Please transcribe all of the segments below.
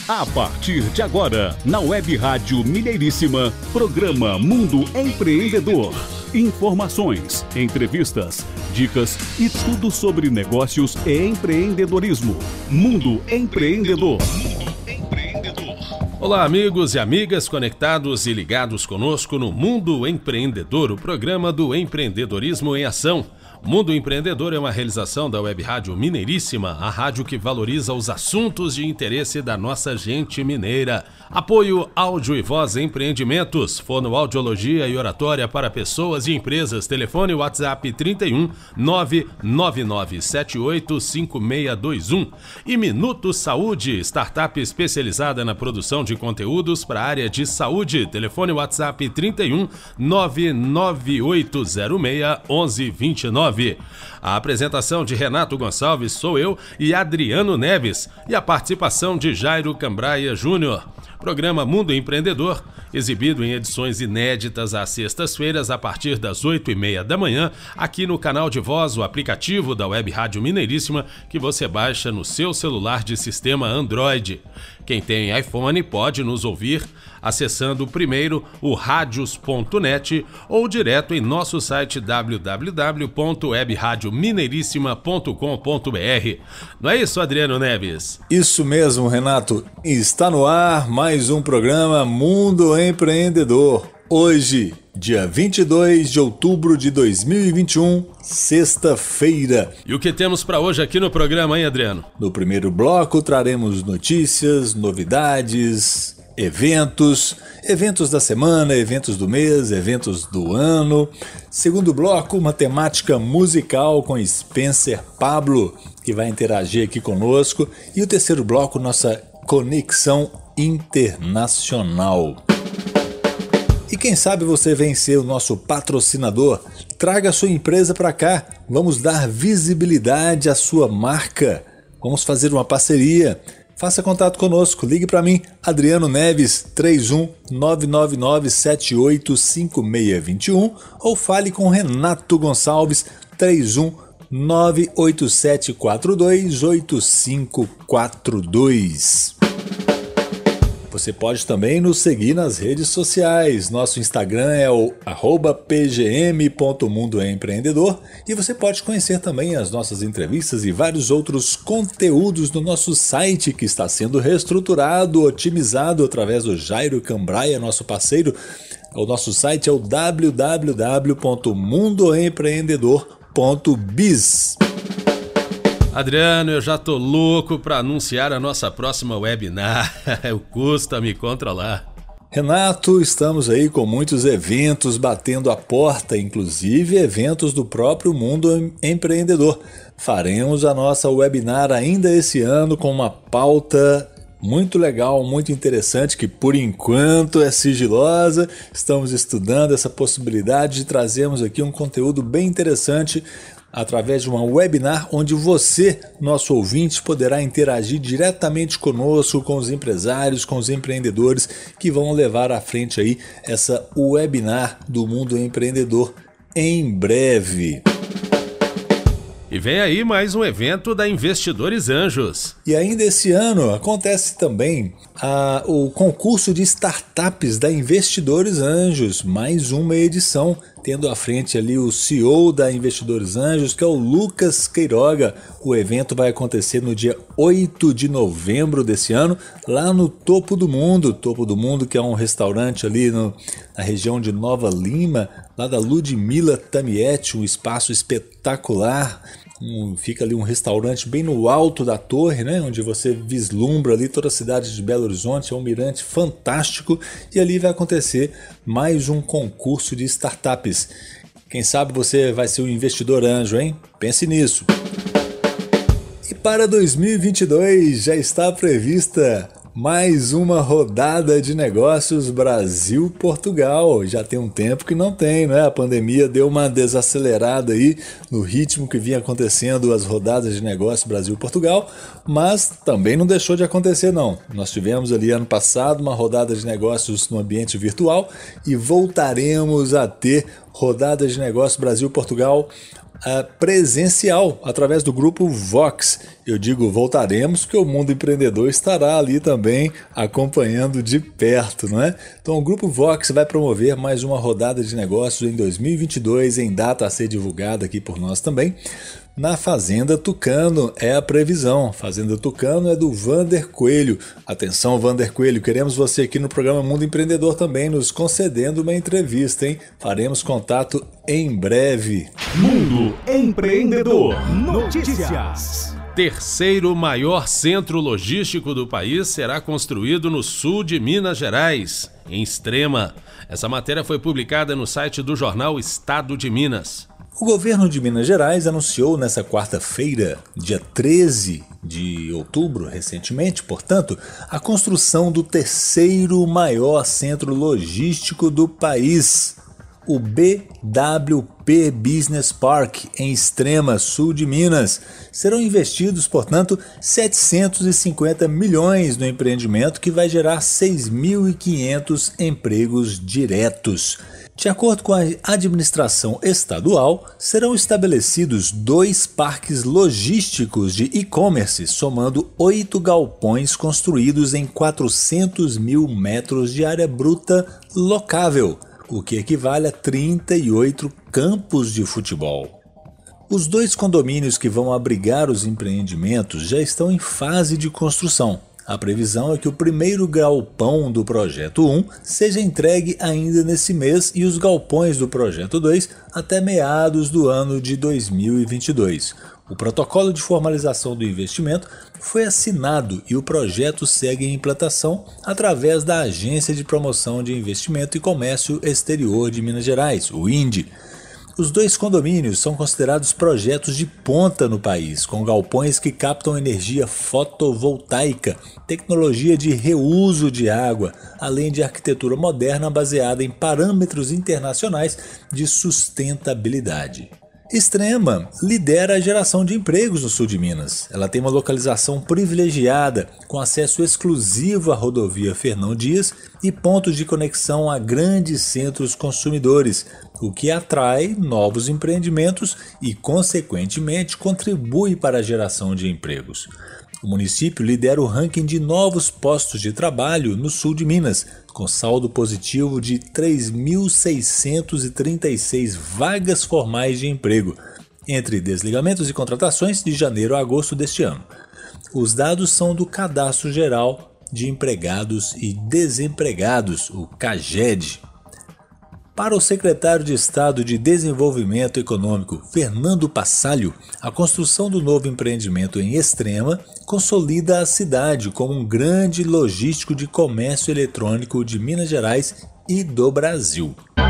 A partir de agora, na Web Rádio Mineiríssima, programa Mundo Empreendedor. Informações, entrevistas, dicas e tudo sobre negócios e empreendedorismo. Mundo Empreendedor. Olá, amigos e amigas conectados e ligados conosco no Mundo Empreendedor, o programa do empreendedorismo em ação. Mundo Empreendedor é uma realização da Web Rádio Mineiríssima, a rádio que valoriza os assuntos de interesse da nossa gente mineira. Apoio Áudio e Voz Empreendimentos, fonoaudiologia e oratória para pessoas e empresas. Telefone WhatsApp 31 999785621. E Minuto Saúde, startup especializada na produção de conteúdos para a área de saúde. Telefone WhatsApp 31 998061129. A apresentação de Renato Gonçalves sou eu e Adriano Neves e a participação de Jairo Cambraia Júnior. Programa Mundo Empreendedor, exibido em edições inéditas às sextas-feiras a partir das 8h30 da manhã, aqui no canal de voz, o aplicativo da Web Rádio Mineiríssima, que você baixa no seu celular de sistema Android. Quem tem iPhone pode nos ouvir acessando primeiro o radios.net ou direto em nosso site www.webradiomineirissima.com.br. Não é isso, Adriano Neves? Isso mesmo, Renato. Está no ar mais um programa Mundo Empreendedor. Hoje, dia 22 de outubro de 2021, sexta-feira. E o que temos para hoje aqui no programa, hein, Adriano? No primeiro bloco traremos notícias, novidades, eventos da semana, eventos do mês, eventos do ano. Segundo bloco, uma temática musical com Spencer Pablo, que vai interagir aqui conosco. E o terceiro bloco, nossa conexão internacional. E quem sabe você vencer o nosso patrocinador? Traga a sua empresa para cá. Vamos dar visibilidade à sua marca. Vamos fazer uma parceria. Faça contato conosco. Ligue para mim, Adriano Neves, 31 999785621, ou fale com Renato Gonçalves, 31 987428542. Você pode também nos seguir nas redes sociais. Nosso Instagram é o @pgm.mundoempreendedor e você pode conhecer também as nossas entrevistas e vários outros conteúdos no nosso site, que está sendo reestruturado, otimizado através do Jairo Cambraia, nosso parceiro. O nosso site é o www.mundoempreendedor.biz. Adriano, eu já tô louco para anunciar a nossa próxima webinar. Custa me controlar. Renato, estamos aí com muitos eventos batendo a porta, inclusive eventos do próprio Mundo Empreendedor. Faremos a nossa webinar ainda esse ano com uma pauta muito legal, muito interessante, que por enquanto é sigilosa. Estamos estudando essa possibilidade de trazermos aqui um conteúdo bem interessante através de uma webinar onde você, nosso ouvinte, poderá interagir diretamente conosco, com os empresários, com os empreendedores que vão levar à frente aí essa webinar do Mundo Empreendedor em breve. E vem aí mais um evento da Investidores Anjos. E ainda esse ano acontece também o concurso de startups da Investidores Anjos, mais uma edição, tendo à frente ali o CEO da Investidores Anjos, que é o Lucas Queiroga. O evento vai acontecer no dia 8 de novembro desse ano, lá no Topo do Mundo, que é um restaurante ali na região de Nova Lima, lá da Ludmila Tamietti, um espaço espetacular. Fica ali um restaurante bem no alto da torre, né, onde você vislumbra ali toda a cidade de Belo Horizonte. É um mirante fantástico e ali vai acontecer mais um concurso de startups. Quem sabe você vai ser um investidor anjo, hein? Pense nisso. E para 2022 já está prevista mais uma rodada de negócios Brasil-Portugal. Já tem um tempo que não tem, né? A pandemia deu uma desacelerada aí no ritmo que vinha acontecendo as rodadas de negócios Brasil-Portugal, mas também não deixou de acontecer não. Nós tivemos ali ano passado uma rodada de negócios no ambiente virtual e voltaremos a ter rodada de negócios Brasil-Portugal presencial, através do grupo Vox. Eu digo voltaremos, porque o mundo empreendedor estará ali também acompanhando de perto, não é? Então o grupo Vox vai promover mais uma rodada de negócios em 2022, em data a ser divulgada aqui por nós também, na Fazenda Tucano, é a previsão. Fazenda Tucano é do Vander Coelho. Atenção, Vander Coelho, queremos você aqui no programa Mundo Empreendedor também, nos concedendo uma entrevista, hein? Faremos contato em breve. Mundo Empreendedor Notícias. Terceiro maior centro logístico do país será construído no sul de Minas Gerais, em Extrema. Essa matéria foi publicada no site do jornal Estado de Minas. O governo de Minas Gerais anunciou nesta quarta-feira, dia 13 de outubro, recentemente, portanto, a construção do terceiro maior centro logístico do país, o BWP Business Park, em Extrema, sul de Minas. Serão investidos, portanto, 750 milhões no empreendimento, que vai gerar 6.500 empregos diretos. De acordo com a administração estadual, serão estabelecidos 2 parques logísticos de e-commerce, somando 8 galpões construídos em 400 mil metros de área bruta locável, o que equivale a 38 campos de futebol. Os 2 condomínios que vão abrigar os empreendimentos já estão em fase de construção. A previsão é que o primeiro galpão do Projeto 1 seja entregue ainda nesse mês e os galpões do Projeto 2 até meados do ano de 2022. O protocolo de formalização do investimento foi assinado e o projeto segue em implantação através da Agência de Promoção de Investimento e Comércio Exterior de Minas Gerais, o INDE. Os 2 condomínios são considerados projetos de ponta no país, com galpões que captam energia fotovoltaica, tecnologia de reuso de água, além de arquitetura moderna baseada em parâmetros internacionais de sustentabilidade. Extrema lidera a geração de empregos no sul de Minas. Ela tem uma localização privilegiada, com acesso exclusivo à rodovia Fernão Dias e pontos de conexão a grandes centros consumidores, o que atrai novos empreendimentos e, consequentemente, contribui para a geração de empregos. O município lidera o ranking de novos postos de trabalho no sul de Minas, com saldo positivo de 3.636 vagas formais de emprego, entre desligamentos e contratações de janeiro a agosto deste ano. Os dados são do Cadastro Geral de Empregados e Desempregados, o CAGED. Para o secretário de Estado de Desenvolvimento Econômico, Fernando Passalho, a construção do novo empreendimento em Extrema consolida a cidade como um grande logístico de comércio eletrônico de Minas Gerais e do Brasil.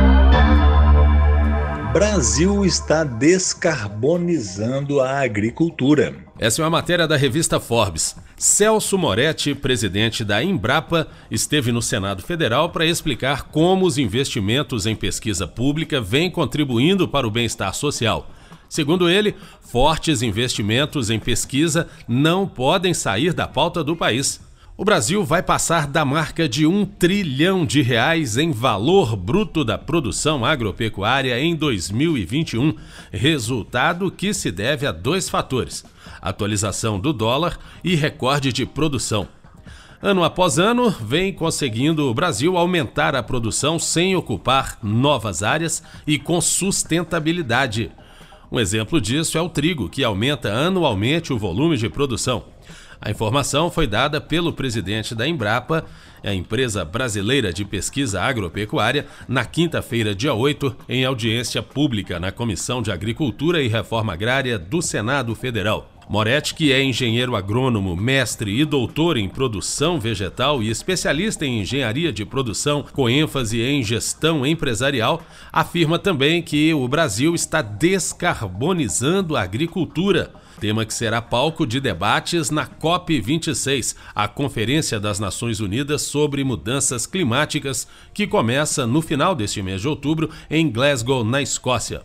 Brasil está descarbonizando a agricultura. Essa é uma matéria da revista Forbes. Celso Moretti, presidente da Embrapa, esteve no Senado Federal para explicar como os investimentos em pesquisa pública vêm contribuindo para o bem-estar social. Segundo ele, fortes investimentos em pesquisa não podem sair da pauta do país. O Brasil vai passar da marca de R$1 trilhão em valor bruto da produção agropecuária em 2021, resultado que se deve a 2 fatores: atualização do dólar e recorde de produção. Ano após ano, vem conseguindo o Brasil aumentar a produção sem ocupar novas áreas e com sustentabilidade. Um exemplo disso é o trigo, que aumenta anualmente o volume de produção. A informação foi dada pelo presidente da Embrapa, a empresa brasileira de pesquisa agropecuária, na quinta-feira, dia 8, em audiência pública na Comissão de Agricultura e Reforma Agrária do Senado Federal. Moretti, que é engenheiro agrônomo, mestre e doutor em produção vegetal e especialista em engenharia de produção com ênfase em gestão empresarial, afirma também que o Brasil está descarbonizando a agricultura, tema que será palco de debates na COP26, a Conferência das Nações Unidas sobre Mudanças Climáticas, que começa no final deste mês de outubro em Glasgow, na Escócia.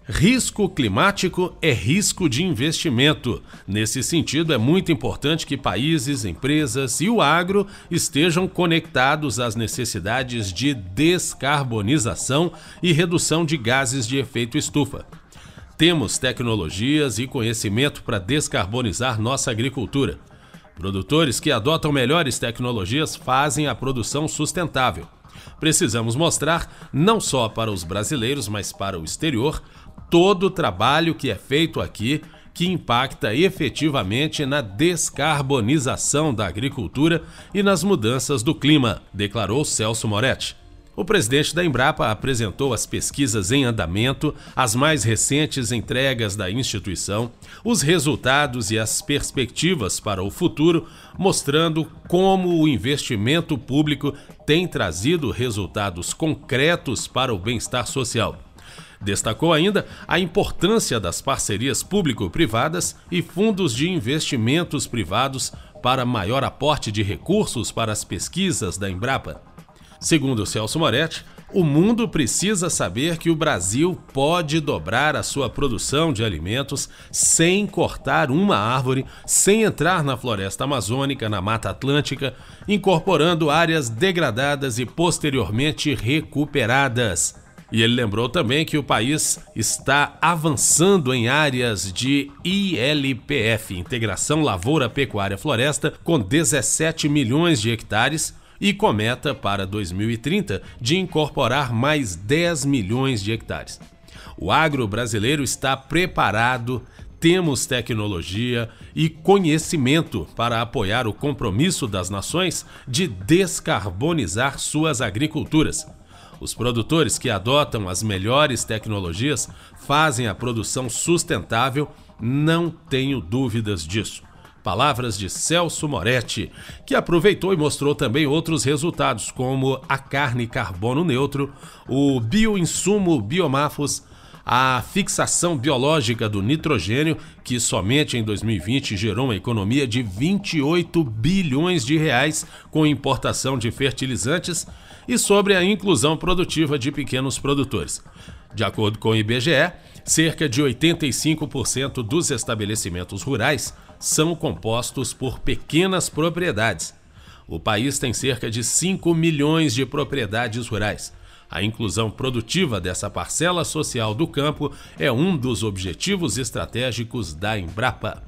Risco climático é risco de investimento. Nesse sentido, é muito importante que países, empresas e o agro estejam conectados às necessidades de descarbonização e redução de gases de efeito estufa. Temos tecnologias e conhecimento para descarbonizar nossa agricultura. Produtores que adotam melhores tecnologias fazem a produção sustentável. Precisamos mostrar, não só para os brasileiros, mas para o exterior, todo o trabalho que é feito aqui, que impacta efetivamente na descarbonização da agricultura e nas mudanças do clima, declarou Celso Moretti. O presidente da Embrapa apresentou as pesquisas em andamento, as mais recentes entregas da instituição, os resultados e as perspectivas para o futuro, mostrando como o investimento público tem trazido resultados concretos para o bem-estar social. Destacou ainda a importância das parcerias público-privadas e fundos de investimentos privados para maior aporte de recursos para as pesquisas da Embrapa. Segundo Celso Moretti, o mundo precisa saber que o Brasil pode dobrar a sua produção de alimentos sem cortar uma árvore, sem entrar na floresta amazônica, na Mata Atlântica, incorporando áreas degradadas e posteriormente recuperadas. E ele lembrou também que o país está avançando em áreas de ILPF, Integração Lavoura Pecuária Floresta, com 17 milhões de hectares, e com meta para 2030 de incorporar mais 10 milhões de hectares. O agro brasileiro está preparado, temos tecnologia e conhecimento para apoiar o compromisso das nações de descarbonizar suas agriculturas. Os produtores que adotam as melhores tecnologias fazem a produção sustentável, não tenho dúvidas disso. Palavras de Celso Moretti, que aproveitou e mostrou também outros resultados, como a carne carbono neutro, o bioinsumo Biomafos, a fixação biológica do nitrogênio, que somente em 2020 gerou uma economia de 28 bilhões de reais com importação de fertilizantes, e sobre a inclusão produtiva de pequenos produtores. De acordo com o IBGE, cerca de 85% dos estabelecimentos rurais são compostos por pequenas propriedades. O país tem cerca de 5 milhões de propriedades rurais. A inclusão produtiva dessa parcela social do campo é um dos objetivos estratégicos da Embrapa.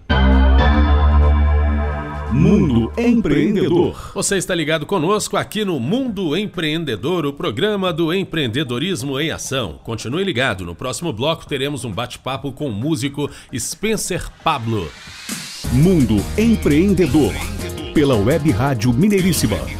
Mundo Empreendedor. Você está ligado conosco aqui no Mundo Empreendedor, o programa do empreendedorismo em ação. Continue ligado, no próximo bloco teremos um bate-papo com o músico Spencer Pablo. Mundo Empreendedor, pela Web Rádio Mineiríssima.